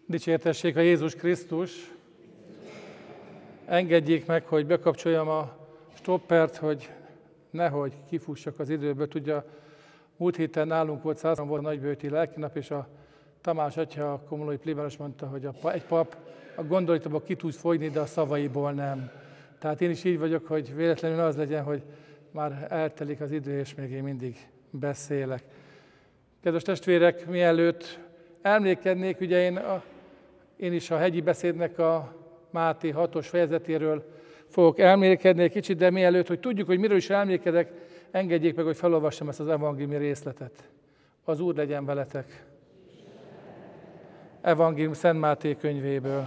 Dicsértessék a Jézus Krisztus! Engedjék meg, hogy bekapcsoljam a stoppert, hogy nehogy kifussak az időből. Tudja, múlt héten nálunk volt 100 volt a nagybőti lelkinap, és a Tamás atya, a komlói plébános mondta, hogy egy pap a gondolatából ki tud fogyni, de a szavaiból nem. Tehát én is így vagyok, hogy véletlenül az legyen, hogy már eltelik az idő, és még én mindig beszélek. Kedves testvérek, mielőtt emlékednék, ugye én is a hegyi beszédnek a Máté 6-os fejezetéről fogok emlékedni egy kicsit, de mielőtt, hogy tudjuk, hogy miről is emlékedek, engedjék meg, hogy felolvassam ezt az evangéliumi részletet. Az Úr legyen veletek. Evangélium Szent Máté könyvéből.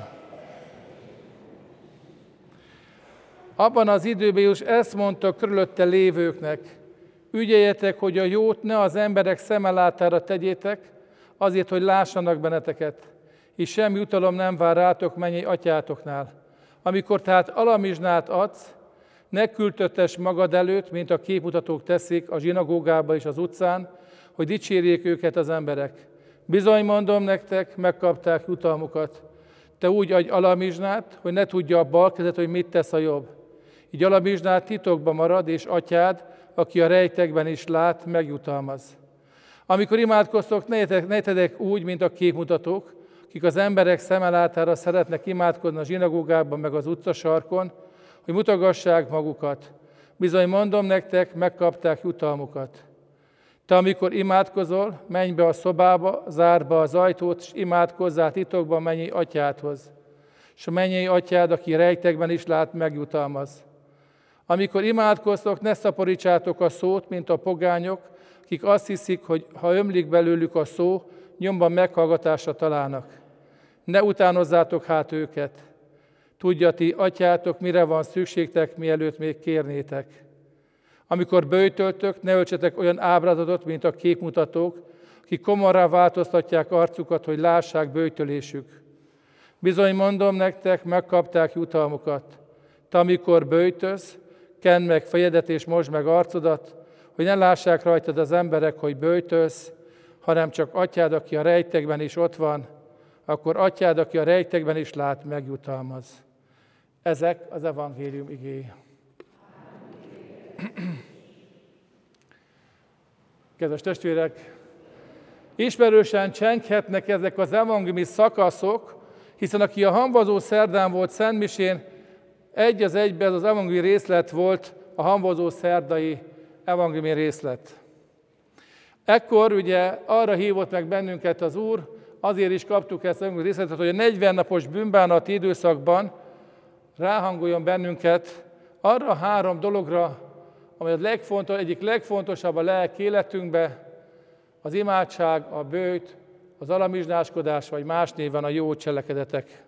Abban az időben Jézus ezt mondta körülötte lévőknek: ügyeljetek, hogy a jót ne az emberek szemelátára tegyétek, azért, hogy lássanak benneteket, és semmi jutalom nem vár rátok mennyei atyátoknál. Amikor tehát alamizsnát adsz, ne küldöttess magad előtt, mint a képmutatók teszik a zsinagógába és az utcán, hogy dicsérjék őket az emberek. Bizony mondom nektek, megkapták jutalmukat. Te úgy adj alamizsnát, hogy ne tudja a bal kezed, hogy mit tesz a jobb. Így alamizsnát titokba marad, és atyád, aki a rejtekben is lát, megjutalmaz. Amikor imádkoztok, ne tegyek úgy, mint a képmutatók, akik az emberek szemelátára szeretnek imádkozni a zsinagógában meg az utcasarkon, hogy mutogassák magukat. Bizony mondom nektek, megkapták jutalmukat. Te, amikor imádkozol, menj be a szobába, zárd be az ajtót, és imádkozzál titokban mennyei atyádhoz. És a mennyei atyád, aki rejtekben is lát, megjutalmaz. Amikor imádkoztok, ne szaporítsátok a szót, mint a pogányok, akik azt hiszik, hogy ha ömlik belőlük a szó, nyomban meghallgatásra találnak. Ne utánozzátok hát őket. Tudja ti, atyátok, mire van szükségtek, mielőtt még kérnétek. Amikor böjtöltök, ne öltsetek olyan ábrázatot, mint a képmutatók, akik komorrá változtatják arcukat, hogy lássák böjtölésük. Bizony mondom nektek, megkapták jutalmukat. Te, amikor böjtölsz, kend meg fejedet és mosd meg arcodat, hogy ne lássák rajtad az emberek, hogy böjtölsz, hanem csak atyád, aki a rejtekben is ott van, akkor atyád, aki a rejtekben is lát, megjutalmaz. Ezek az evangélium igéi. Kedves testvérek, ismerősen csenghetnek ezek az evangéliumi szakaszok, hiszen aki a hamvazó szerdán volt szentmisén, egy az egyben ez az evangéliumi részlet volt a hamvazó szerdai evangéliumi részlet. Ekkor ugye arra hívott meg bennünket az Úr, azért is kaptuk ezt a részletet, hogy a 40 napos bűnbánati időszakban ráhangoljon bennünket arra a 3 dologra, amely egyik legfontosabb a lelki életünkben, az imádság, a böjt, az alamizsnáskodás, vagy más néven a jó cselekedetek.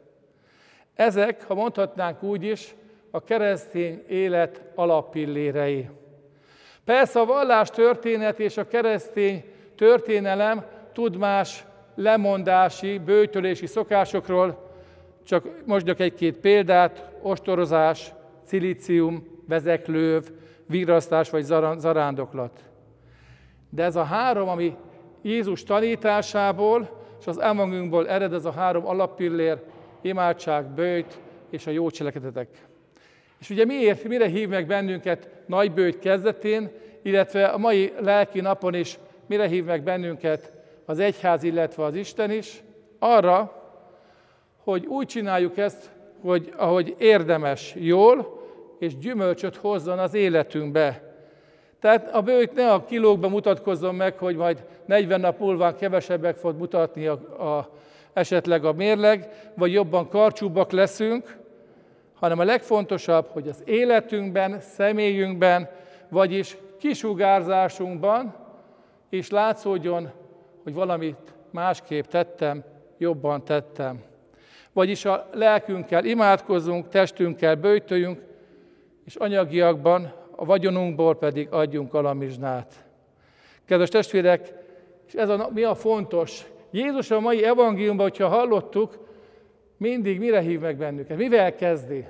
Ezek, ha mondhatnánk úgy is, a keresztény élet alappillérei. Persze a vallás történet és a keresztény történelem tud más lemondási, böjtölési szokásokról, csak mondjak egy-két példát: ostorozás, cilícium, vezeklőv, virrasztás vagy zarándoklat. De ez a 3, ami Jézus tanításából és az evangéliumból ered, ez a 3 alappillér: imádság, böjt és a jó cselekedetek. És ugye mire hív meg bennünket nagyböjt kezdetén, illetve a mai lelki napon is mire hív meg bennünket az egyház, illetve az Isten is? Arra, hogy úgy csináljuk ezt, hogy ahogy érdemes, jól, és gyümölcsöt hozzon az életünkbe. Tehát a böjt ne a kilókban mutatkozzon meg, hogy majd 40 nap múlva kevesebbek fog mutatni esetleg a mérleg, vagy jobban karcsúbbak leszünk, hanem a legfontosabb, hogy az életünkben, személyünkben, vagyis kisugárzásunkban is látszódjon, hogy valamit másképp tettem, jobban tettem. Vagyis a lelkünkkel imádkozzunk, testünkkel böjtöljünk, és anyagiakban, a vagyonunkból pedig adjunk alamizsnát. Kedves testvérek, és mi a fontos? Jézus a mai evangéliumban, hogyha hallottuk, mindig mire hív meg bennünket? Mivel kezdi?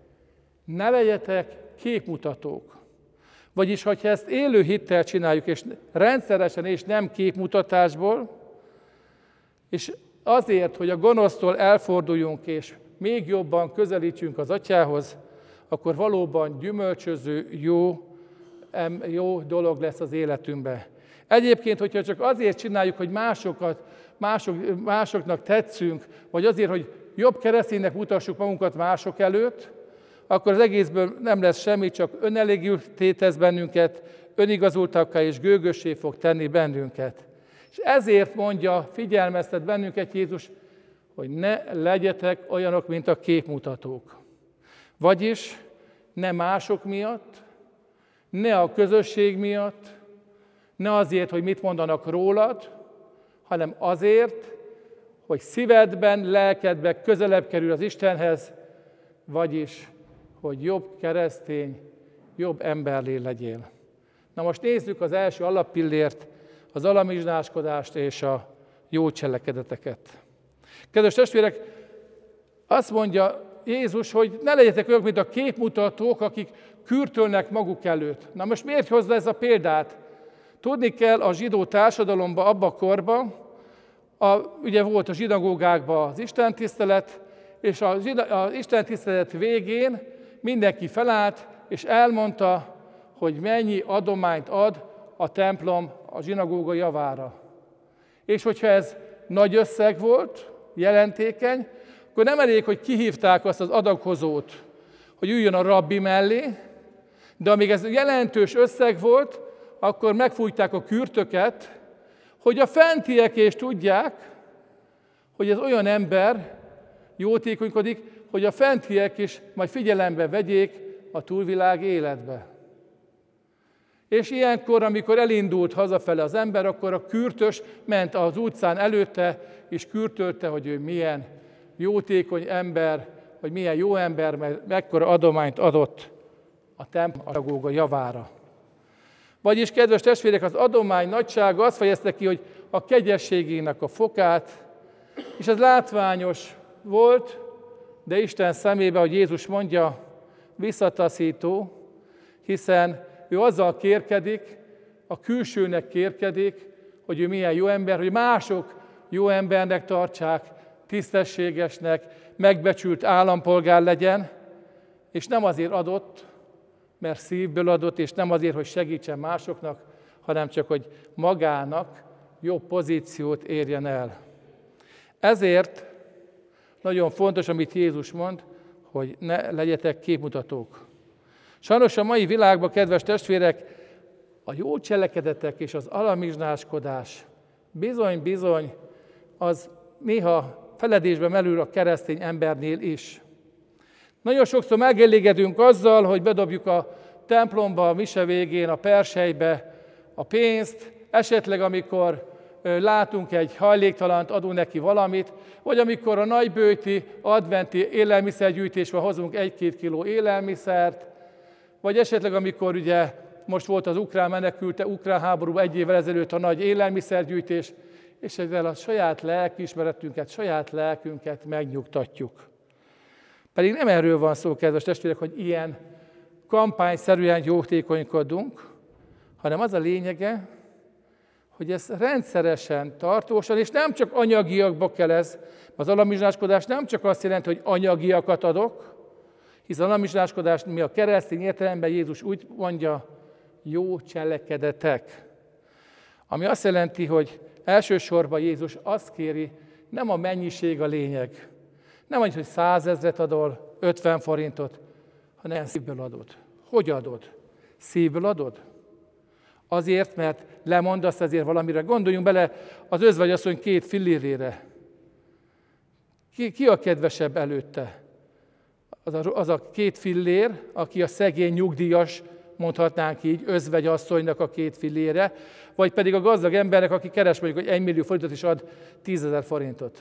Ne legyetek képmutatók. Vagyis, hogyha ezt élő hittel csináljuk, és rendszeresen, és nem képmutatásból, és azért, hogy a gonosztól elforduljunk, és még jobban közelítsünk az Atyához, akkor valóban gyümölcsöző, jó dolog lesz az életünkben. Egyébként, hogyha csak azért csináljuk, hogy másoknak tetszünk, vagy azért, hogy jobb kereszténynek mutassuk magunkat mások előtt, akkor az egészből nem lesz semmi, csak önelégülté tesz bennünket, önigazultakká és gőgössé fog tenni bennünket. És ezért mondja, figyelmeztet bennünket Jézus, hogy ne legyetek olyanok, mint a képmutatók. Vagyis ne mások miatt, ne a közösség miatt, ne azért, hogy mit mondanak rólad, hanem azért, hogy szívedben, lelkedben közelebb kerül az Istenhez, vagyis, hogy jobb keresztény, jobb emberlé legyél. Na most nézzük az első alappillért, az alamizsnáskodást és a jó cselekedeteket. Kedves testvérek, azt mondja Jézus, hogy ne legyetek olyanok, mint a képmutatók, akik kürtölnek maguk előtt. Na most miért hozza ez a példát? Tudni kell, a zsidó társadalomban, abban a korban, ugye volt a zsinagógákban az istentisztelet, és az istentisztelet végén mindenki felállt, és elmondta, hogy mennyi adományt ad a templom a zsinagóga javára. És hogyha ez nagy összeg volt, jelentékeny, akkor nem elég, hogy kihívták azt az adaghozót, hogy üljön a rabbi mellé, de amíg ez jelentős összeg volt, akkor megfújták a kürtöket, hogy a fentiek is tudják, hogy ez olyan ember jótékonykodik, hogy a fentiek is majd figyelembe vegyék a túlvilág életbe. És ilyenkor, amikor elindult hazafele az ember, akkor a kürtös ment az utcán előtte, és kürtölte, hogy ő milyen jótékony ember, hogy milyen jó ember, mert mekkora adományt adott a templom javára. Vagyis, kedves testvérek, az adomány nagysága azt fejezte ki, hogy a kegyességének a fokát, és ez látványos volt, de Isten szemébe, hogy Jézus mondja, visszataszító, hiszen ő azzal kérkedik, a külsőnek kérkedik, hogy ő milyen jó ember, hogy mások jó embernek tartsák, tisztességesnek, megbecsült állampolgár legyen, és nem azért adott, mert szívből adott, és nem azért, hogy segítsen másoknak, hanem csak, hogy magának jobb pozíciót érjen el. Ezért nagyon fontos, amit Jézus mond, hogy ne legyetek képmutatók. Sajnos a mai világban, kedves testvérek, a jó cselekedetek és az alamizsnáskodás bizony-bizony az néha feledésbe merül a keresztény embernél is. Nagyon sokszor megelégedünk azzal, hogy bedobjuk a templomba, a mise végén, a perselybe a pénzt, esetleg amikor látunk egy hajléktalant, adunk neki valamit, vagy amikor a nagybőti adventi élelmiszergyűjtésben hozunk 1-2 kiló élelmiszert, vagy esetleg amikor ugye most volt az ukrán menekülte, ukrán háború 1 évvel ezelőtt a nagy élelmiszergyűjtés, és ezzel a saját lelkiismeretünket, saját lelkünket megnyugtatjuk. Pedig nem erről van szó, kedves testvérek, hogy ilyen kampányszerűen jótékonykodunk, hanem az a lényege, hogy ez rendszeresen, tartósan, és nem csak anyagiakba kell ez. Az alamizsnáskodás nem csak azt jelenti, hogy anyagiakat adok, hisz az alamizsnáskodás, mi a keresztény értelemben Jézus úgy mondja, jó cselekedetek. Ami azt jelenti, hogy elsősorban Jézus azt kéri, nem a mennyiség a lényeg. Nem annyi, hogy 100 000 adol, 50 forintot, hanem szívből adod. Hogy adod? Szívből adod? Azért, mert lemondasz ezért valamire. Gondoljunk bele az özvegyasszony 2 fillérére. Ki a kedvesebb előtte? Az a 2 fillér, aki a szegény nyugdíjas, mondhatnánk így, özvegyasszonynak a 2 fillére, vagy pedig a gazdag embernek, aki keres mondjuk, hogy 1 millió forintot is ad 10 000 forintot.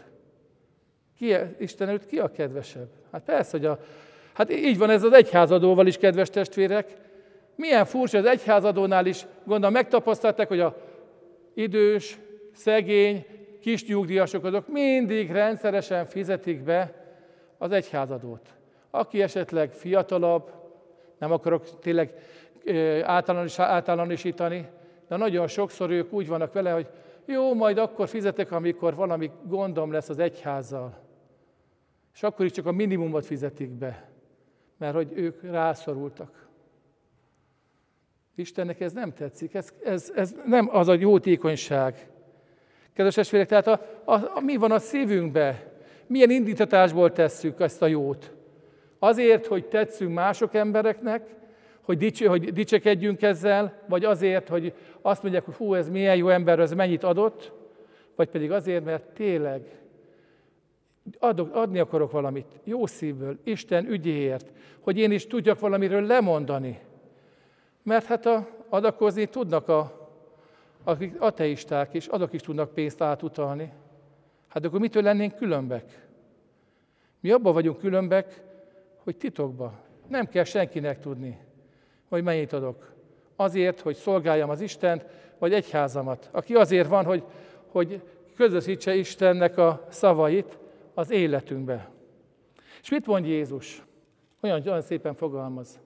Isten előtt ki a kedvesebb? Hát persze, hogy hát így van ez az egyházadóval is, kedves testvérek. Milyen furcsa az egyházadónál is, gondolom megtapasztalták, hogy a idős, szegény, kis nyugdíjasok azok mindig rendszeresen fizetik be az egyházadót. Aki esetleg fiatalabb, nem akarok tényleg általánosítani, de nagyon sokszor ők úgy vannak vele, hogy jó, majd akkor fizetek, amikor valami gondom lesz az egyházzal. És akkor is csak a minimumot fizetik be, mert hogy ők rászorultak. Istennek ez nem tetszik, ez nem az a jótékonyság. Kedves testvérek, tehát mi van a szívünkben? Milyen indítatásból tesszük ezt a jót? Azért, hogy tetszünk mások embereknek, hogy dicsekedjünk ezzel, vagy azért, hogy azt mondják, hogy hú, ez milyen jó ember, ez mennyit adott, vagy pedig azért, mert tényleg adni akarok valamit jó szívből, Isten ügyéért, hogy én is tudjak valamiről lemondani. Mert hát adakozni tudnak akik ateisták, és azok is tudnak pénzt átutalni. Hát akkor mitől lennénk különbek? Mi abban vagyunk különbek, hogy titokban. Nem kell senkinek tudni, hogy mennyit adok. Azért, hogy szolgáljam az Istent, vagy egyházamat. Aki azért van, hogy közösítse Istennek a szavait az életünkbe. És mit mond Jézus? Olyan szépen fogalmaz.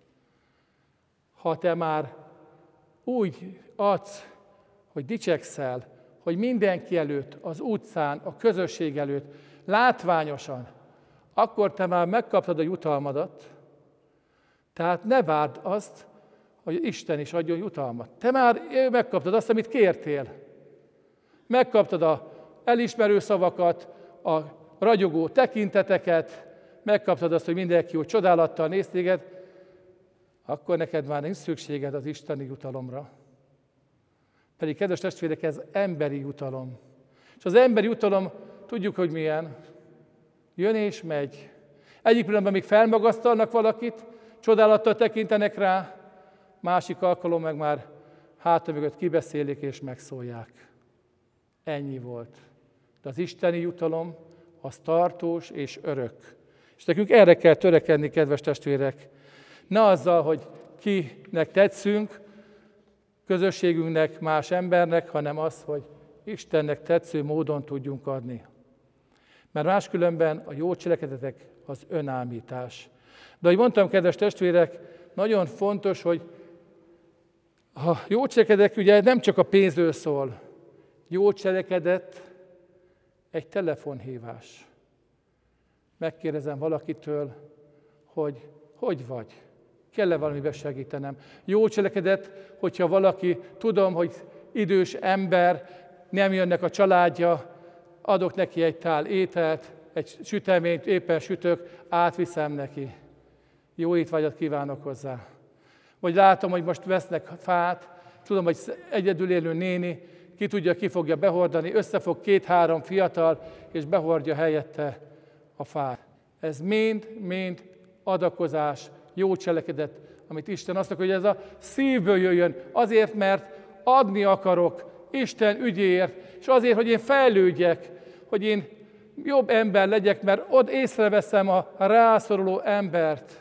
Ha te már úgy adsz, hogy dicsekszel, hogy mindenki előtt, az utcán, a közösség előtt, látványosan, akkor te már megkaptad a jutalmadat, tehát ne várd azt, hogy Isten is adjon jutalmat. Te már megkaptad azt, amit kértél. Megkaptad az elismerő szavakat, a ragyogó tekinteteket, megkaptad azt, hogy mindenki úgy csodálattal néz téged, akkor neked már nincs szükséged az isteni jutalomra. Pedig, kedves testvérek, ez emberi jutalom. És az emberi jutalom, tudjuk, hogy milyen. Jön és megy. Egyik pillanatban még felmagasztalnak valakit, csodálattal tekintenek rá, másik alkalom meg már háta mögött kibeszélik és megszólják. Ennyi volt. De az isteni jutalom az tartós és örök. És nekünk erre kell törekedni, kedves testvérek. Ne azzal, hogy kinek tetszünk, közösségünknek, más embernek, hanem az, hogy Istennek tetsző módon tudjunk adni. Mert máskülönben a jó cselekedetek az önállítás. De ahogy mondtam, kedves testvérek, nagyon fontos, hogy a jó cselekedet ugye nem csak a pénzről szól. Jó cselekedet egy telefonhívás. Megkérdezem valakitől, hogy vagy? Kell-e valamiben segítenem? Jó cselekedet, hogyha valaki, tudom, hogy idős ember, nem jönnek a családja, adok neki egy tál ételt, egy süteményt, éppen sütök, átviszem neki. Jó étvágyat kívánok hozzá. Vagy látom, hogy most vesznek fát, tudom, hogy egyedül élő néni, ki tudja, ki fogja behordani, összefog 2-3 fiatal, és behordja helyette a fát. Ez mind adakozás, jó cselekedet, amit Isten azt akarja, hogy ez a szívből jöjjön, azért, mert adni akarok Isten ügyéért, és azért, hogy én fejlődjek, hogy én jobb ember legyek, mert ott észreveszem a rászoruló embert.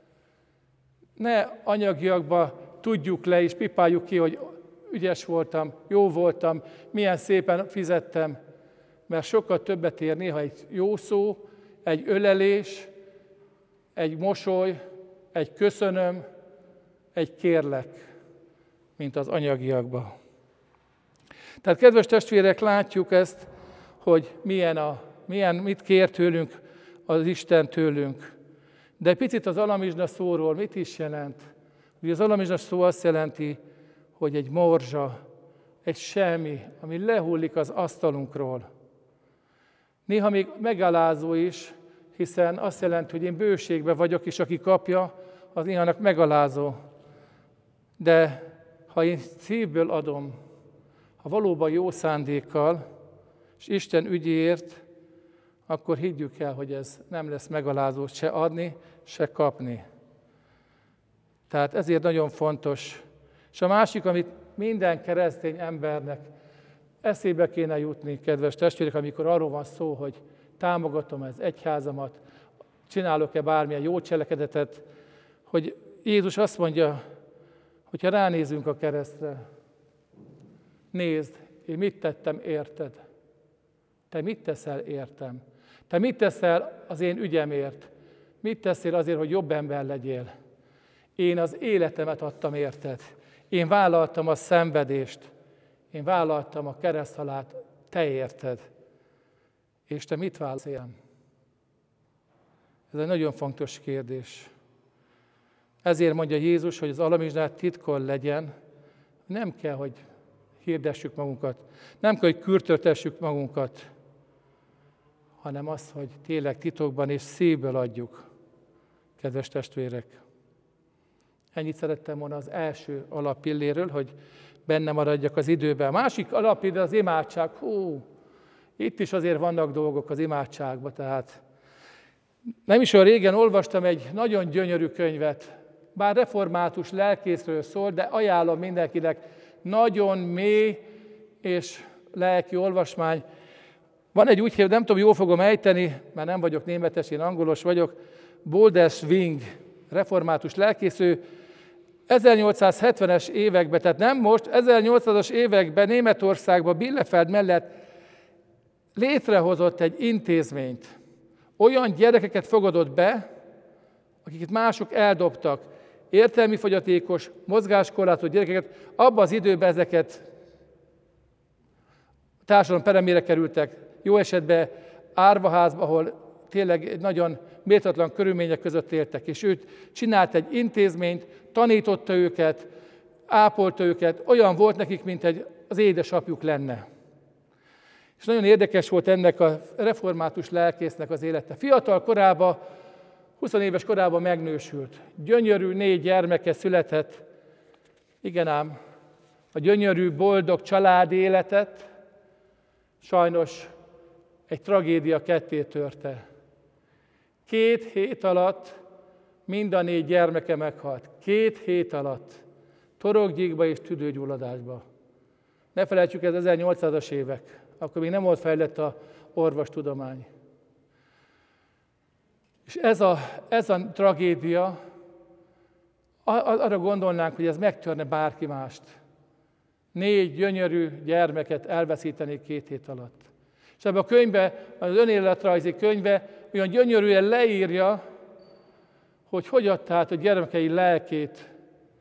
Ne anyagiakba tudjuk le és pipáljuk ki, hogy ügyes voltam, jó voltam, milyen szépen fizettem, mert sokkal többet ér néha egy jó szó, egy ölelés, egy mosoly, egy köszönöm, egy kérlek, mint az anyagiakba. Tehát, kedves testvérek, látjuk ezt, hogy mit kér tőlünk az Isten tőlünk. De egy picit az alamizsna szóról mit is jelent? Ugye az alamizsna szó azt jelenti, hogy egy morzsa, egy semmi, ami lehullik az asztalunkról. Néha még megalázó is, hiszen azt jelenti, hogy én bőségben vagyok, és aki kapja, az néhának megalázó. De ha én szívből adom, ha valóban jó szándékkal, és Isten ügyéért, akkor higgyük el, hogy ez nem lesz megalázó se adni, se kapni. Tehát ezért nagyon fontos. És a másik, amit minden keresztény embernek eszébe kéne jutni, kedves testvérek, amikor arról van szó, hogy támogatom az egyházamat, csinálok-e bármilyen jó cselekedetet, hogy Jézus azt mondja, hogyha ránézünk a keresztre, nézd, én mit tettem érted? Te mit teszel értem? Te mit teszel az én ügyemért? Mit teszel azért, hogy jobb ember legyél? Én az életemet adtam érted. Én vállaltam a szenvedést. Én vállaltam a kereszthalált, te érted. És te mit vállalsz én? Ez egy nagyon fontos kérdés. Ezért mondja Jézus, hogy az alamizsnát titkon legyen. Nem kell, hogy hirdessük magunkat. Nem kell, hogy kürtöltessük magunkat, hanem az, hogy tényleg titokban és szívből adjuk, kedves testvérek. Ennyit szerettem volna az első alappilléről, hogy benne maradjak az időben. A másik alappillér az imádság. Itt is azért vannak dolgok az imádságban, tehát nem is olyan régen olvastam egy nagyon gyönyörű könyvet, bár református lelkészről szól, de ajánlom mindenkinek, nagyon mély és lelki olvasmány. Van egy úgy, nem tudom, jól fogom ejteni, mert nem vagyok németes, én angolos vagyok, Boldeswing, református lelkésző, 1870-es években, tehát nem most, 1800-as években Németországban Bielefeld mellett létrehozott egy intézményt. Olyan gyerekeket fogadott be, akiket mások eldobtak, értelmi fogyatékos, mozgáskorlátozott gyerekeket, abban az időben ezeket társadalom peremére kerültek, jó esetben árvaházba, ahol tényleg nagyon méltatlan körülmények között éltek, és ő csinált egy intézményt, tanította őket, ápolta őket, olyan volt nekik, mint az édesapjuk lenne. És nagyon érdekes volt ennek a református lelkésznek az élete. Fiatal korában, 20 éves korában megnősült. Gyönyörű 4 gyermeke született. Igen ám, a gyönyörű, boldog család életet sajnos egy tragédia ketté törte. 2 hét alatt mind a 4 gyermeke meghalt. 2 hét alatt. Torokgyíkba és tüdőgyulladásba. Ne felejtsük, ez 1800-as évek. Akkor még nem volt fejlett a orvostudomány. És ez a tragédia, arra gondolnánk, hogy ez megtörne bárki mást. 4 gyönyörű gyermeket elveszíteni 2 hét alatt. És ebben a könyvben, az önéletrajzi könyve olyan gyönyörűen leírja, hogy adta át a gyermekei lelkét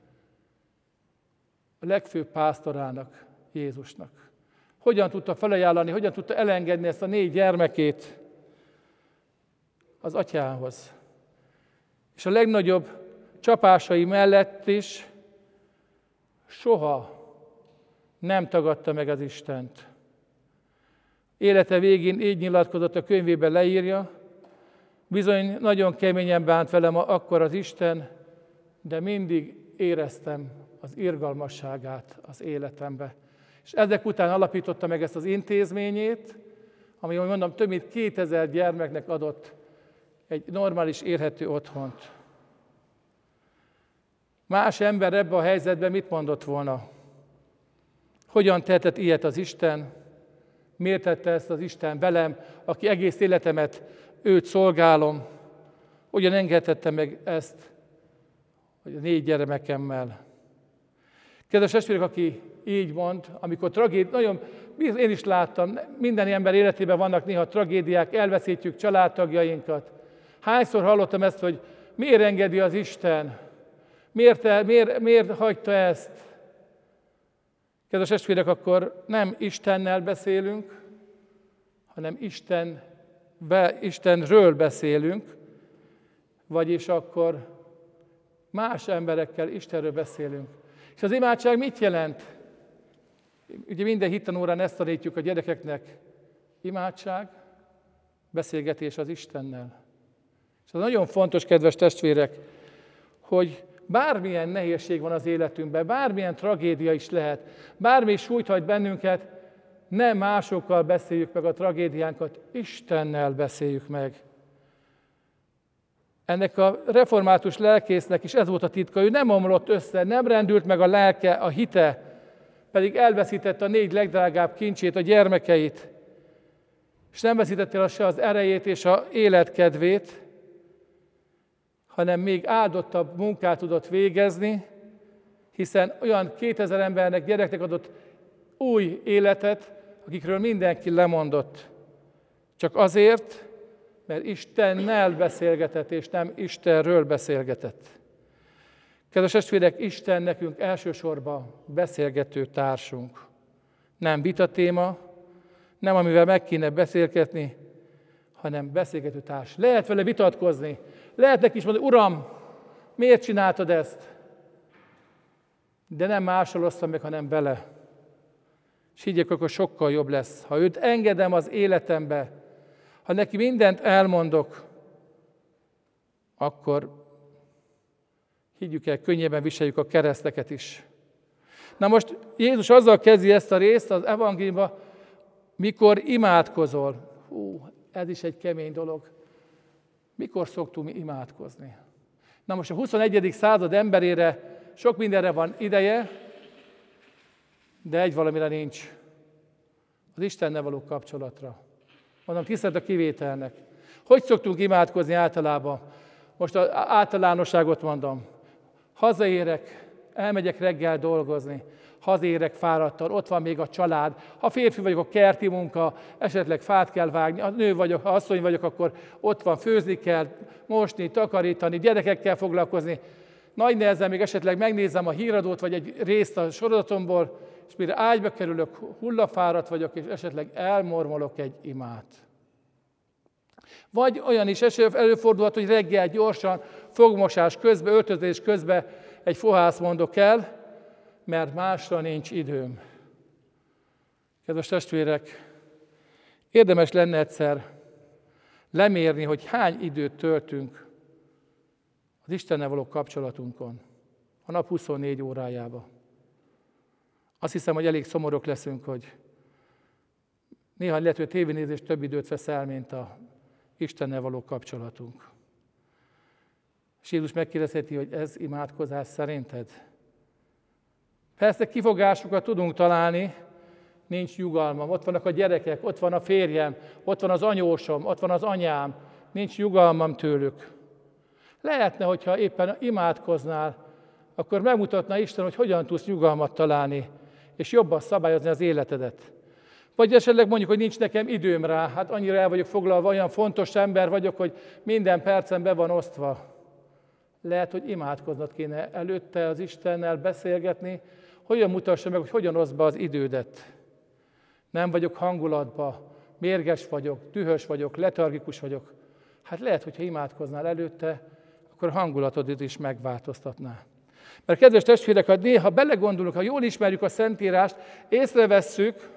a legfőbb pásztorának, Jézusnak. Hogyan tudta felajánlani, hogyan tudta elengedni ezt a 4 gyermekét az atyához. És a legnagyobb csapásai mellett is soha nem tagadta meg az Istent. Élete végén így nyilatkozott, a könyvében leírja, bizony nagyon keményen bánt velem akkor az Isten, de mindig éreztem az irgalmasságát az életembe. És ezek után alapította meg ezt az intézményét, ami, ahogy mondom, több mint 2000 gyermeknek adott egy normális, érhető otthont. Más ember ebben a helyzetben mit mondott volna? Hogyan tehetett ilyet az Isten? Miért tette ezt az Isten velem, aki egész életemet őt szolgálom? Hogyan engedhette meg ezt a 4 gyermekemmel? Kedves testvérek, aki így mond, amikor nagyon, én is láttam, minden ember életében vannak néha tragédiák, elveszítjük családtagjainkat. Hányszor hallottam ezt, hogy miért engedi az Isten? Miért hagyta ezt? Kedves testvérek, akkor nem Istennel beszélünk, hanem Istenről beszélünk, vagyis akkor más emberekkel Istenről beszélünk. És az imádság mit jelent? Ugye minden hittanórán ezt tanítjuk a gyerekeknek. Imádság, beszélgetés az Istennel. És az nagyon fontos, kedves testvérek, hogy bármilyen nehézség van az életünkben, bármilyen tragédia is lehet, bármi súlyt hagy bennünket, nem másokkal beszéljük meg a tragédiánkat, Istennel beszéljük meg. Ennek a református lelkésznek is ez volt a titka, ő nem omlott össze, nem rendült meg a lelke, a hite, pedig elveszítette a 4 legdrágább kincsét, a gyermekeit, és nem veszítette el se az erejét és az életkedvét, hanem még áldottabb munkát tudott végezni, hiszen olyan 2000 embernek, gyereknek adott új életet, akikről mindenki lemondott. Csak azért, mert Istennel beszélgetett, és nem Istenről beszélgetett. Kedves testvérek, Isten nekünk elsősorban beszélgető társunk. Nem vita téma, nem amivel meg kéne beszélgetni, hanem beszélgető társ. Lehet vele vitatkozni. Lehet neki is mondani, Uram, miért csináltad ezt? De nem mással osztam meg, hanem vele. És higgyek, akkor sokkal jobb lesz. Ha őt engedem az életembe, ha neki mindent elmondok, akkor higgyük el, könnyebben viseljük a kereszteket is. Na most Jézus azzal kezdi ezt a részt az evangéliumban, mikor imádkozol. Ez is egy kemény dolog. Mikor szoktunk mi imádkozni? Na most a 21. század emberére sok mindenre van ideje, de egy valamire nincs. Az Istennel való kapcsolatra. Mondom, tisztelt a kivételnek. Hogy szoktunk imádkozni általában? Most az általánosságot mondom. Hazaérek, elmegyek reggel dolgozni, hazaérek fáradtan, ott van még a család. Ha férfi vagyok, a kerti munka, esetleg fát kell vágni, ha nő vagyok, ha asszony vagyok, akkor ott van, főzni kell, mosni, takarítani, gyerekekkel foglalkozni. Nagy nehezen még esetleg megnézem a híradót, vagy egy részt a sorozatomból, és mire ágyba kerülök, hullafáradt vagyok, és esetleg elmormolok egy imát. Vagy olyan is előfordulhat, hogy reggel gyorsan, fogmosás közben, öltözés közben egy fohászt mondok el, mert másra nincs időm. Kedves testvérek, érdemes lenne egyszer lemérni, hogy hány időt töltünk az Istennel való kapcsolatunkon, a nap 24 órájába. Azt hiszem, hogy elég szomorúk leszünk, hogy néha lehet, hogy a tévénézés több időt vesz el, mint a Istennel való kapcsolatunk. És Jézus megkérdezheti, hogy ez imádkozás szerinted? Persze kifogásokat tudunk találni, nincs nyugalmam, ott vannak a gyerekek, ott van a férjem, ott van az anyósom, ott van az anyám, nincs nyugalmam tőlük. Lehetne, hogyha éppen imádkoznál, akkor megmutatná Isten, hogy hogyan tudsz nyugalmat találni, és jobban szabályozni az életedet. Vagy esetleg mondjuk, hogy nincs nekem időm rá, hát annyira el vagyok foglalva, olyan fontos ember vagyok, hogy minden percem be van osztva. Lehet, hogy imádkoznod kéne előtte az Istennel beszélgetni, hogyan mutassa meg, hogy hogyan oszd be az idődet. Nem vagyok hangulatba, mérges vagyok, dühös vagyok, letargikus vagyok. Hát lehet, hogyha imádkoznál előtte, akkor a hangulatod is megváltoztatná. Mert kedves testvérek, ha néha belegondolunk, ha jól ismerjük a Szentírást, észrevesszük,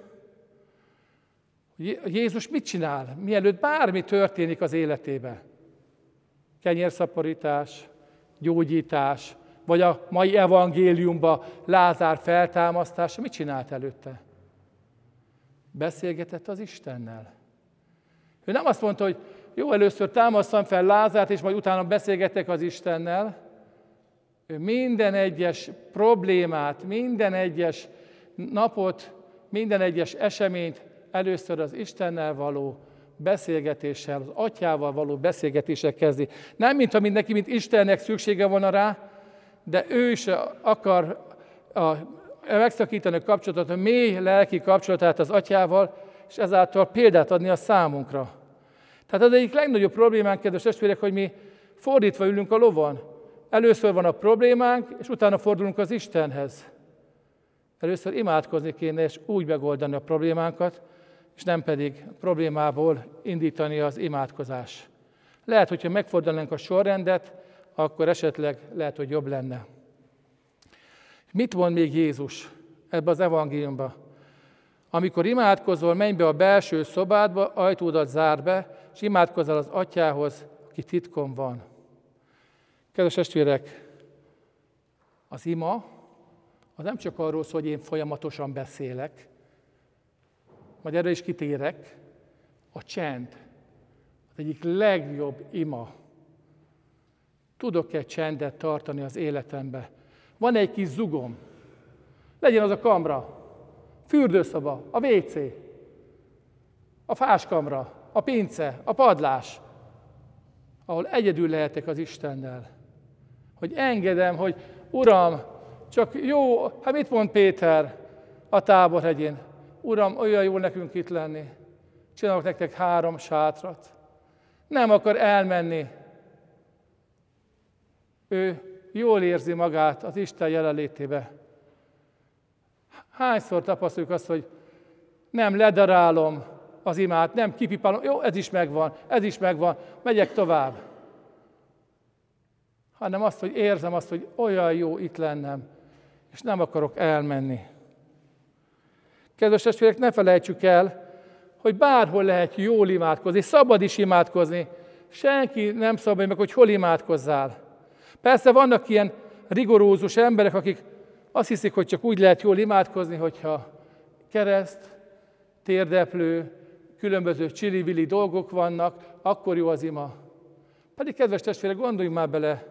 hogy Jézus mit csinál, mielőtt bármi történik az életébe. Kenyérszaporítás, gyógyítás, vagy a mai evangéliumban Lázár feltámasztása, mit csinált előtte? Beszélgetett az Istennel. Ő nem azt mondta, hogy jó, először támasztam fel Lázárt, és majd utána beszélgettek az Istennel. Ő minden egyes problémát, minden egyes napot, minden egyes eseményt először az Istennel való beszélgetéssel, az Atyával való beszélgetéssel kezdi. Nem, mintha neki, mint Istennek szüksége volna rá, de ő is akar megszakítani a kapcsolatot, a mély lelki kapcsolatát az Atyával, és ezáltal példát adni a számunkra. Tehát az egyik legnagyobb problémánk, kedves testvérek, hogy mi fordítva ülünk a lovon. Először van a problémánk, és utána fordulunk az Istenhez. Először imádkozni kéne, és úgy megoldani a problémánkat, és nem pedig problémából indítani az imádkozás. Lehet, hogyha megfordulnánk a sorrendet, akkor esetleg lehet, hogy jobb lenne. Mit mond még Jézus ebbe az evangéliumba? Amikor imádkozol, menj be a belső szobádba, ajtódat zárd be, és imádkozzál az Atyához, aki titkon van. Kedves testvérek, az ima, az nem csak arról szól, hogy én folyamatosan beszélek, majd erre is kitérek, a csend az egyik legjobb ima. Tudok-e csendet tartani az életembe? Van egy kis zugom, legyen az a kamra, fürdőszoba, a WC, a fáskamra, a pince, a padlás, ahol egyedül lehetek az Istennel. Hogy engedem, hogy Uram, csak jó, hát mit mond Péter a Táborhegyén? Uram, olyan jó nekünk itt lenni. Csinálok nektek 3 sátrat. Nem akar elmenni. Ő jól érzi magát az Isten jelenlétébe. Hányszor tapasztaljuk azt, hogy Nem ledarálom az imát, nem kipipálom, jó, ez is megvan, megyek tovább. Hanem azt, hogy érzem azt, hogy olyan jó itt lennem, és nem akarok elmenni. Kedves testvérek, ne felejtsük el, hogy bárhol lehet jól imádkozni, szabad is imádkozni. Senki nem szabad meg, hogy hol imádkozzál. Persze vannak ilyen rigorózus emberek, akik azt hiszik, hogy csak úgy lehet jól imádkozni, hogyha kereszt, térdeplő, különböző csili-vili dolgok vannak, akkor jó az ima. Pedig, kedves testvérek, gondoljunk már bele,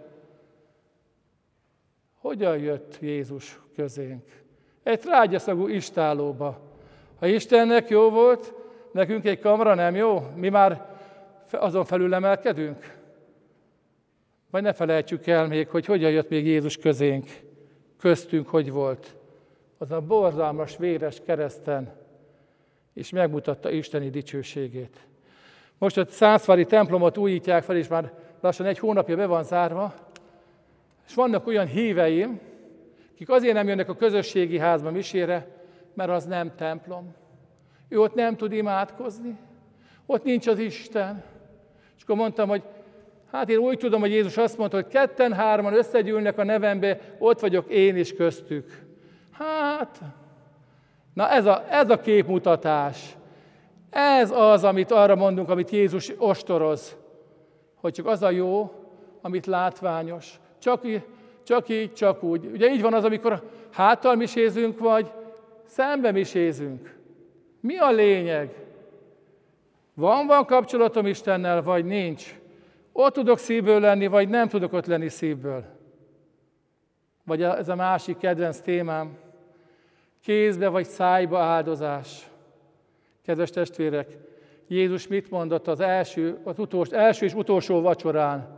hogyan jött Jézus közénk? Egy trágyaszagú istállóba. Ha Istennek jó volt, nekünk egy kamra nem jó? Mi már azon felül emelkedünk? Vagy ne felejtsük el még, hogy hogyan jött még Jézus közénk, köztünk hogy volt. Az a borzalmas, véres kereszten, és megmutatta isteni dicsőségét. Most a Szászvári templomot újítják fel, és már lassan 1 hónapja be van zárva, és vannak olyan híveim, akik azért nem jönnek a közösségi házba misére, mert az nem templom. Ő ott nem tud imádkozni, ott nincs az Isten. És akkor mondtam, hogy hát én úgy tudom, hogy Jézus azt mondta, hogy 2-3 összegyűlnek a nevembe, ott vagyok én is köztük. Hát, na ez a képmutatás. Ez az, amit arra mondunk, amit Jézus ostoroz, hogy csak az a jó, amit látványos. Csak így, csak úgy. Ugye így van az, amikor háttal misézünk, vagy szembe misézünk. Mi a lényeg? Van kapcsolatom Istennel, vagy nincs? Ott tudok szívből lenni, vagy nem tudok ott lenni szívből? Vagy ez a másik kedvenc témám, kézbe vagy szájba áldozás. Kedves testvérek, Jézus mit mondott az első és utolsó vacsorán?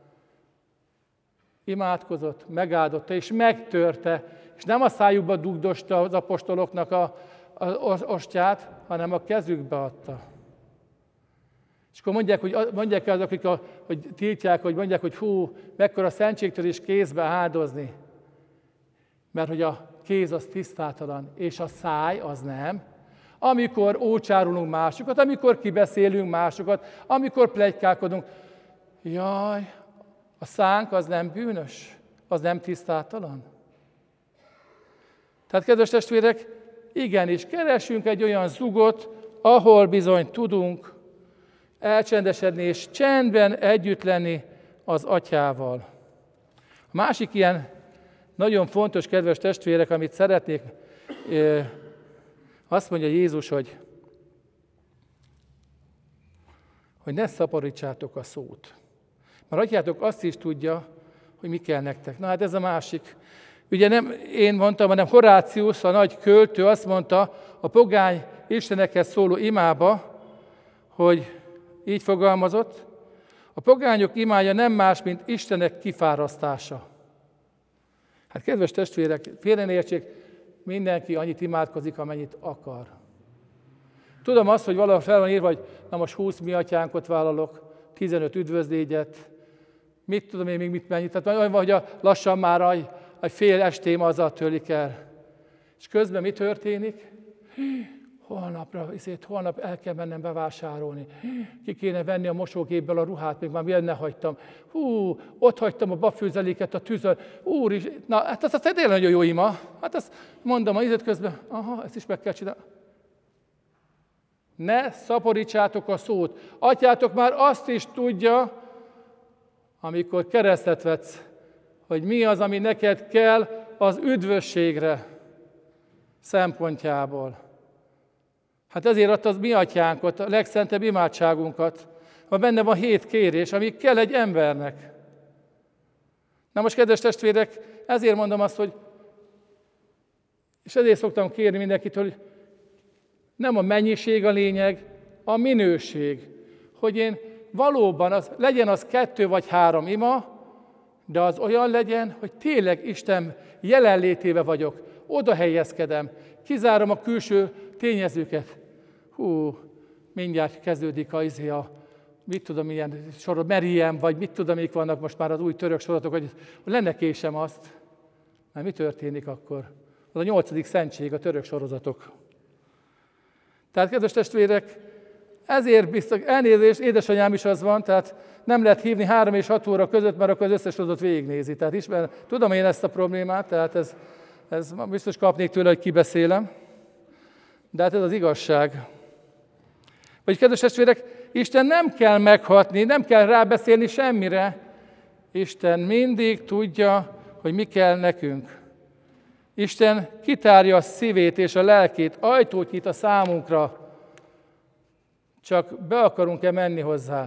Imádkozott, megáldotta és megtörte, és nem a szájukba dugdosta az apostoloknak az ostját, hanem a kezükbe adta. És akkor mondják azok, akik hogy tiltják, hogy mondják, hogy hú, mekkora szentségtörés kézbe áldozni. Mert hogy a kéz az tisztátalan, és a száj az nem. Amikor ócsárolunk másokat, amikor kibeszélünk másokat, amikor pletykálkodunk, jaj, a szánk az nem bűnös, az nem tisztátalan. Tehát, kedves testvérek, igenis, keressünk egy olyan zugot, ahol bizony tudunk elcsendesedni és csendben együtt lenni az Atyával. A másik ilyen nagyon fontos, kedves testvérek, amit szeretnék, azt mondja Jézus, hogy ne szaporítsátok a szót. Mert Atyátok azt is tudja, hogy mi kell nektek. Na hát ez a másik. Ugye nem én mondtam, hanem Horácius, a nagy költő azt mondta a pogány istenekhez szóló imába, hogy így fogalmazott, a pogányok imája nem más, mint Istenek kifárasztása. Hát kedves testvérek, félre ne értsék, mindenki annyit imádkozik, amennyit akar. Tudom azt, hogy valahol fel van írva, hogy na most 20 mi atyánkot vállalok, 15 üdvözlégyet, mit tudom én még mit mennyit, tehát olyan van, hogy lassan már egy fél estém azzal tölik el. És közben mi történik? Holnap el kell mennem bevásárolni. Ki kéne venni a mosógépből a ruhát, még már benne hagytam. Ott hagytam a babfőzeléket a tűzön. Úr is, na hát az tényleg nagyon jó ima. Hát azt mondom, az közben, ezt is meg kell csinálni. Ne szaporítsátok a szót. Atyátok már azt is tudja, amikor keresztet vetsz, hogy mi az, ami neked kell az üdvösségre szempontjából. Hát ezért adta az mi atyánkot, a legszentebb imádságunkat, ha benne van 7 kérés, ami kell egy embernek. Na most, kedves testvérek, ezért mondom azt, hogy, és ezért szoktam kérni mindenkitől, hogy nem a mennyiség a lényeg, a minőség. Hogy én valóban, legyen az 2 vagy 3 ima, de az olyan legyen, hogy tényleg Isten jelenlétébe vagyok, oda helyezkedem, kizárom a külső tényezőket. Mindjárt kezdődik mit tudom, milyen sorot, Meriem, vagy mit tudom, mik vannak most már az új török sorozatok, hogy lenne késem azt. Mert mi történik akkor? Az a 8. szentség, a török sorozatok. Tehát, kedves testvérek, ezért biztos, elnézést, édesanyám is az van, tehát nem lehet hívni 3 és 6 óra között, mert akkor az összes adatot végignézi. Tehát tudom én ezt a problémát, tehát ez biztos kapnék tőle, hogy kibeszélem, de hát ez az igazság. Vagy kedves testvérek, Isten nem kell meghatni, nem kell rábeszélni semmire. Isten mindig tudja, hogy mi kell nekünk. Isten kitárja a szívét és a lelkét, ajtót nyit a számunkra, csak be akarunk-e menni hozzá.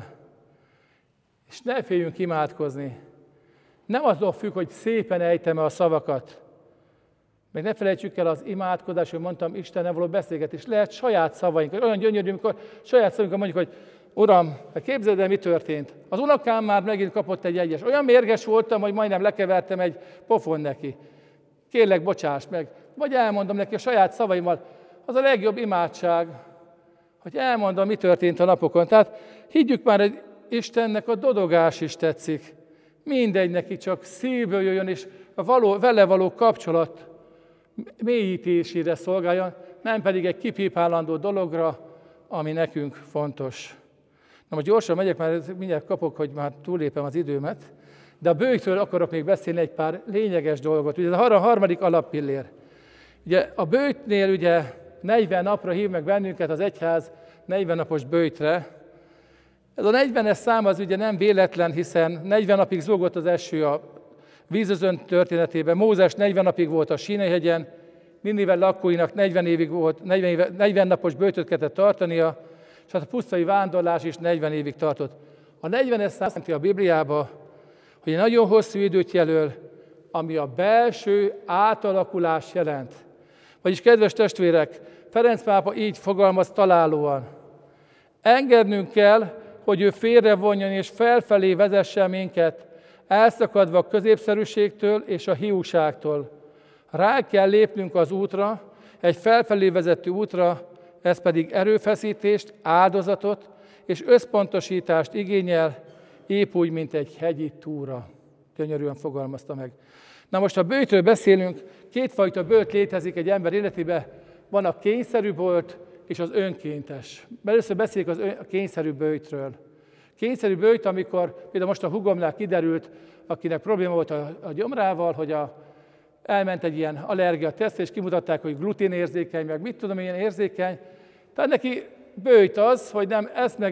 És ne féljünk imádkozni. Nem attól függ, hogy szépen ejtem-e a szavakat. Meg ne felejtsük el az imádkozás, hogy mondtam, Istennel való beszélgetés. Lehet saját szavaink, olyan gyönyörű, amikor saját szavainkkal mondjuk, hogy Uram, képzeld el, mi történt. Az unokám már megint kapott egy 1-es. Olyan mérges voltam, hogy majdnem lekevertem egy pofon neki. Kérlek, bocsáss meg. Vagy elmondom neki a saját szavaimmal. Az a legjobb imádság, hogy elmondom, mi történt a napokon. Tehát higgyük már, hogy Istennek a dodogás is tetszik. Mindegy neki, csak szívből jöjjön, és a vele való kapcsolat mélyítésére szolgáljon, nem pedig egy kipipálandó dologra, ami nekünk fontos. Na most gyorsan megyek, mert mindjárt kapok, hogy már túllépem az időmet, de a bőjtről akarok még beszélni egy pár lényeges dolgot. Ugye ez a harmadik alappillér. Ugye a bőjtnél ugye 40 napra hív meg bennünket az egyház 40 napos bőjtre. Ez a 40-es szám az ugye nem véletlen, hiszen 40 napig zúgott az eső a vízözön történetében. Mózes 40 napig volt a Sínai-hegyen, Ninive lakóinak 40 napos bőjtöt kellett tartania, és hát a pusztai vándorlás is 40 évig tartott. A 40-es szám a Bibliába, hogy egy nagyon hosszú időt jelöl, ami a belső átalakulás jelent. Vagyis, kedves testvérek, Ferenc pápa így fogalmaz találóan. Engednünk kell, hogy ő félrevonjon és felfelé vezessen minket, elszakadva a középszerűségtől és a hiúságtól. Rá kell lépnünk az útra, egy felfelé vezető útra, ez pedig erőfeszítést, áldozatot és összpontosítást igényel, épp úgy, mint egy hegyi túra. Gyönyörűen fogalmazta meg. Na most, ha bőjtről beszélünk, kétfajta bőjt létezik egy ember életében. Van a kényszerű bőjt és az önkéntes. Először beszéljük a kényszerű bőjtről. Kényszerű bőjt, amikor például most a húgomnál kiderült, akinek probléma volt a gyomrával, hogy elment egy ilyen allergiatesztre, és kimutatták, hogy gluténérzékeny, meg mit tudom, ilyen érzékeny. Tehát neki bőjt az, hogy nem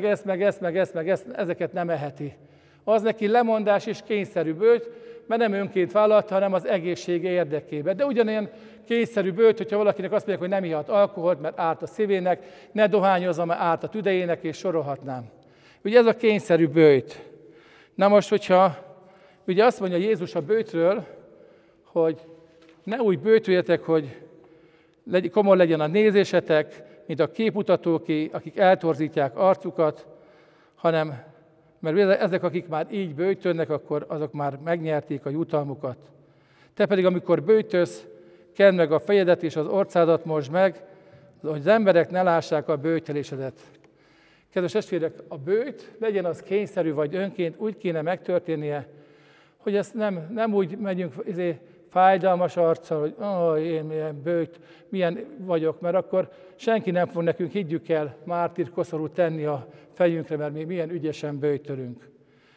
ezeket nem eheti. Az neki lemondás és kényszerű bőjt, mert nem önként vállalta, hanem az egészsége érdekében. De ugyanilyen kényszerű bőjt, hogyha valakinek azt mondják, hogy nem ihat alkoholt, mert árt a szívének, ne dohányozza, mert árt a tüdejének, és sorolhatnám. Ugye ez a kényszerű bőjt. Na most, hogyha ugye azt mondja Jézus a bőjtről, hogy ne úgy bőjtöljetek, hogy komoly legyen a nézésetek, mint a képmutatóké, akik eltorzítják arcukat, hanem, mert ezek, akik már így bőjtölnek, akkor azok már megnyerték a jutalmukat. Te pedig, amikor bőjtölsz, kedd meg a fejedet és az orcádat mosd meg, hogy az emberek ne lássák a bőjtölésedet. Kedves testvérek, a bőjt, legyen az kényszerű vagy önként, úgy kéne megtörténnie, hogy ezt nem úgy megyünk fájdalmas arccal, hogy én milyen bőjt, milyen vagyok, mert akkor senki nem fog nekünk, higgyük el, mártír koszorút tenni a fejünkre, mert mi milyen ügyesen bőjtölünk.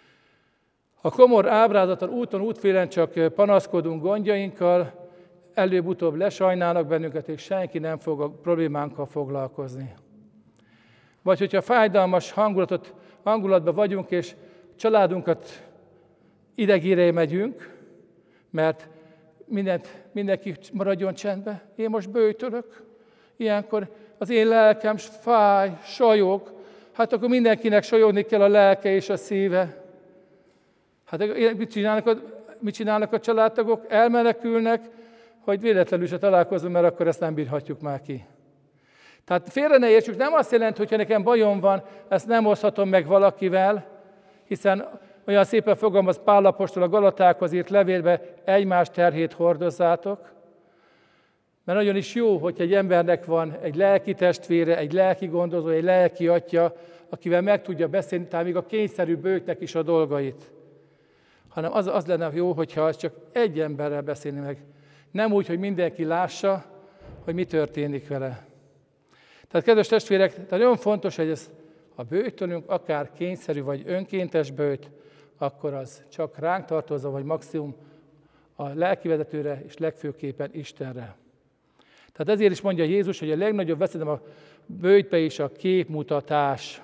Ha komor ábrázaton, úton, útfélen csak panaszkodunk gondjainkkal, előbb-utóbb lesajnálnak bennünket, és senki nem fog a problémánkkal foglalkozni. Vagy hogyha fájdalmas hangulatban vagyunk, és családunkat idegére megyünk, mert mindenki maradjon csendbe, én most bőjtölök, ilyenkor az én lelkem fáj, sajog, hát akkor mindenkinek sajogni kell a lelke és a szíve. Hát mit csinálnak a családtagok? Elmenekülnek, hogy véletlenül se találkozunk, mert akkor ezt nem bírhatjuk már ki. Tehát félre ne értsük, nem azt jelenti, hogyha nekem bajom van, ezt nem oszthatom meg valakivel, hiszen olyan szépen fogalmaz Pál apostol a Galatákhoz írt levélbe, egymás terhét hordozzátok. Mert nagyon is jó, hogy egy embernek van egy lelki testvére, egy lelki gondozó, egy lelki atya, akivel meg tudja beszélni, talán még a kényszerű bőjtnek is a dolgait. Hanem az lenne jó, hogyha csak egy emberrel beszélni meg. Nem úgy, hogy mindenki lássa, hogy mi történik vele. Tehát, kedves testvérek, nagyon fontos, hogy ha böjtölünk, akár kényszerű vagy önkéntes böjt, akkor az csak ránk tartozó, vagy maximum a lelkivezetőre, és legfőképpen Istenre. Tehát ezért is mondja Jézus, hogy a legnagyobb veszedelem a böjtbe is a képmutatás.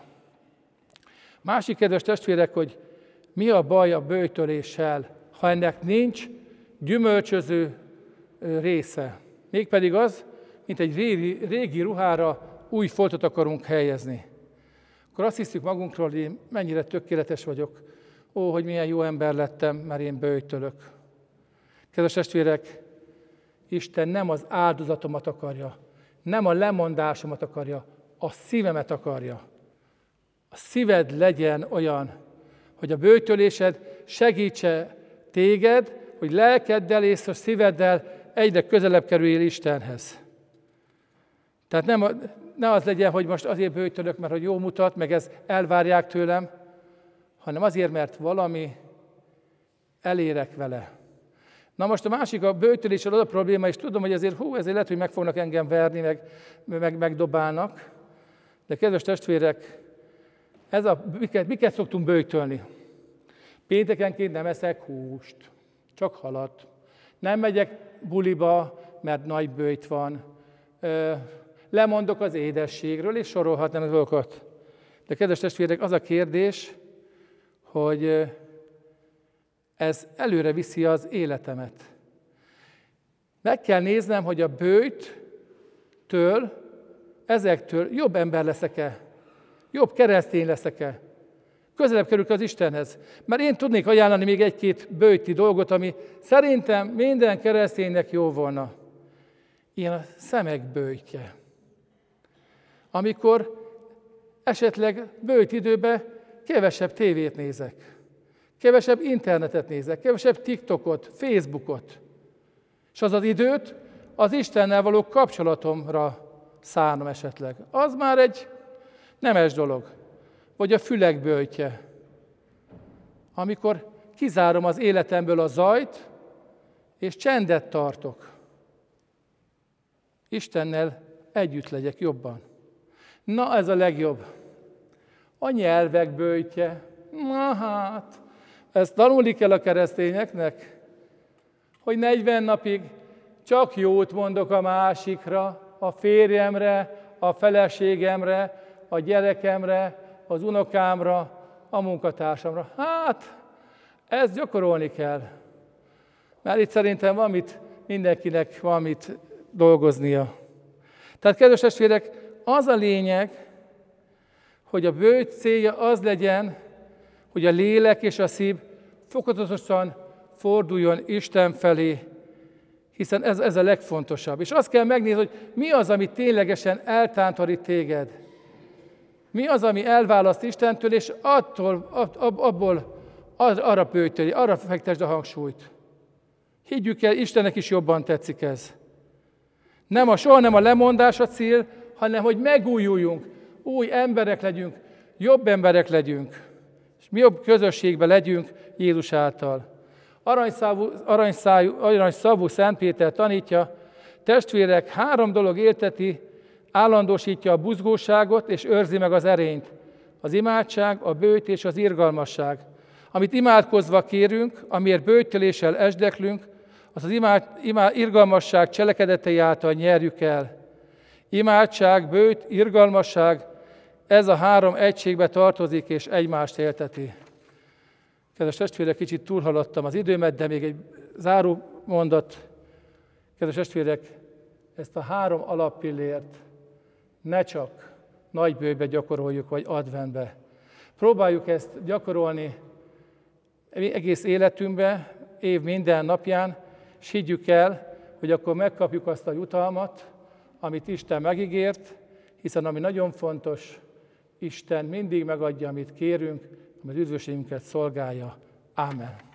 Másik, kedves testvérek, hogy mi a baj a böjtöléssel, ha ennek nincs gyümölcsöző része. Mégpedig az, mint egy régi ruhára új foltot akarunk helyezni. Akkor azt hiszük magunkról, hogy én mennyire tökéletes vagyok. Ó, hogy milyen jó ember lettem, mert én böjtölök. Kedves testvérek, Isten nem az áldozatomat akarja, nem a lemondásomat akarja, a szívemet akarja. A szíved legyen olyan, hogy a böjtölésed segítse téged, hogy lelkeddel és a szíveddel egyre közelebb kerüljél Istenhez. Tehát ne az legyen, hogy most azért böjtölök, mert hogy jó mutat, meg ezt elvárják tőlem, hanem azért, mert valami elérek vele. Na most a másik, a böjtöléssel az a probléma, és tudom, hogy ezért lehet, hogy meg fognak engem verni, megdobálnak. De kedves testvérek, miket szoktunk böjtölni? Péntekenként nem eszek húst, csak halat. Nem megyek buliba, mert nagy böjt van. Lemondok az édességről, és sorolhatnám a dolgokat. De kedves testvérek, az a kérdés, hogy ez előre viszi az életemet. Meg kell néznem, hogy a böjttől, ezektől jobb ember leszek-e, jobb keresztény leszek-e, közelebb kerülök az Istenhez. Mert én tudnék ajánlani még egy-két böjti dolgot, ami szerintem minden kereszténynek jó volna. Ilyen a szemek böjtje. Amikor esetleg böjt időben kevesebb tévét nézek, kevesebb internetet nézek, kevesebb TikTokot, Facebookot, és az az időt az Istennel való kapcsolatomra szánom esetleg. Az már egy nemes dolog. Vagy a fülek böjtje. Amikor kizárom az életemből a zajt, és csendet tartok. Istennel együtt legyek jobban. Na, ez a legjobb. A nyelvek böjtje. Na hát, ezt tanulni kell a keresztényeknek, hogy 40 napig csak jót mondok a másikra, a férjemre, a feleségemre, a gyerekemre, az unokámra, a munkatársamra. Hát, ezt gyakorolni kell. Mert itt szerintem mindenkinek valamit dolgoznia. Tehát, kedves testvérek, az a lényeg, hogy a böjt célja az legyen, hogy a lélek és a szív fokozatosan forduljon Isten felé, hiszen ez a legfontosabb. És azt kell megnézni, hogy mi az, ami ténylegesen eltántorít téged. Mi az, ami elválaszt Istentől, és abból arra böjtölj, arra fektesd a hangsúlyt. Higgyük el, Istennek is jobban tetszik ez. Soha nem a lemondás a cél, hanem hogy megújuljunk, új emberek legyünk, jobb emberek legyünk, és mi jobb közösségben legyünk Jézus által. Aranyszavú Szent Péter tanítja, testvérek, 3 dolog élteti, állandósítja a buzgóságot és őrzi meg az erényt. Az imádság, a böjt és az irgalmasság. Amit imádkozva kérünk, amiért böjtöléssel esdeklünk, azt az irgalmasság cselekedetei által nyerjük el. Imádság, böjt, irgalmasság, ez a 3 egységbe tartozik és egymást élteti. Kedves testvérek, kicsit túlhaladtam az időmet, de még egy záró mondat. Kedves testvérek, ezt a 3 alappillért ne csak nagyböjtbe gyakoroljuk, vagy adventbe. Próbáljuk ezt gyakorolni egész életünkben, év minden napján, és higgyük el, hogy akkor megkapjuk azt a jutalmat, amit Isten megígért, hiszen ami nagyon fontos, Isten mindig megadja, amit kérünk, ami az üdvösségünket szolgálja. Ámen.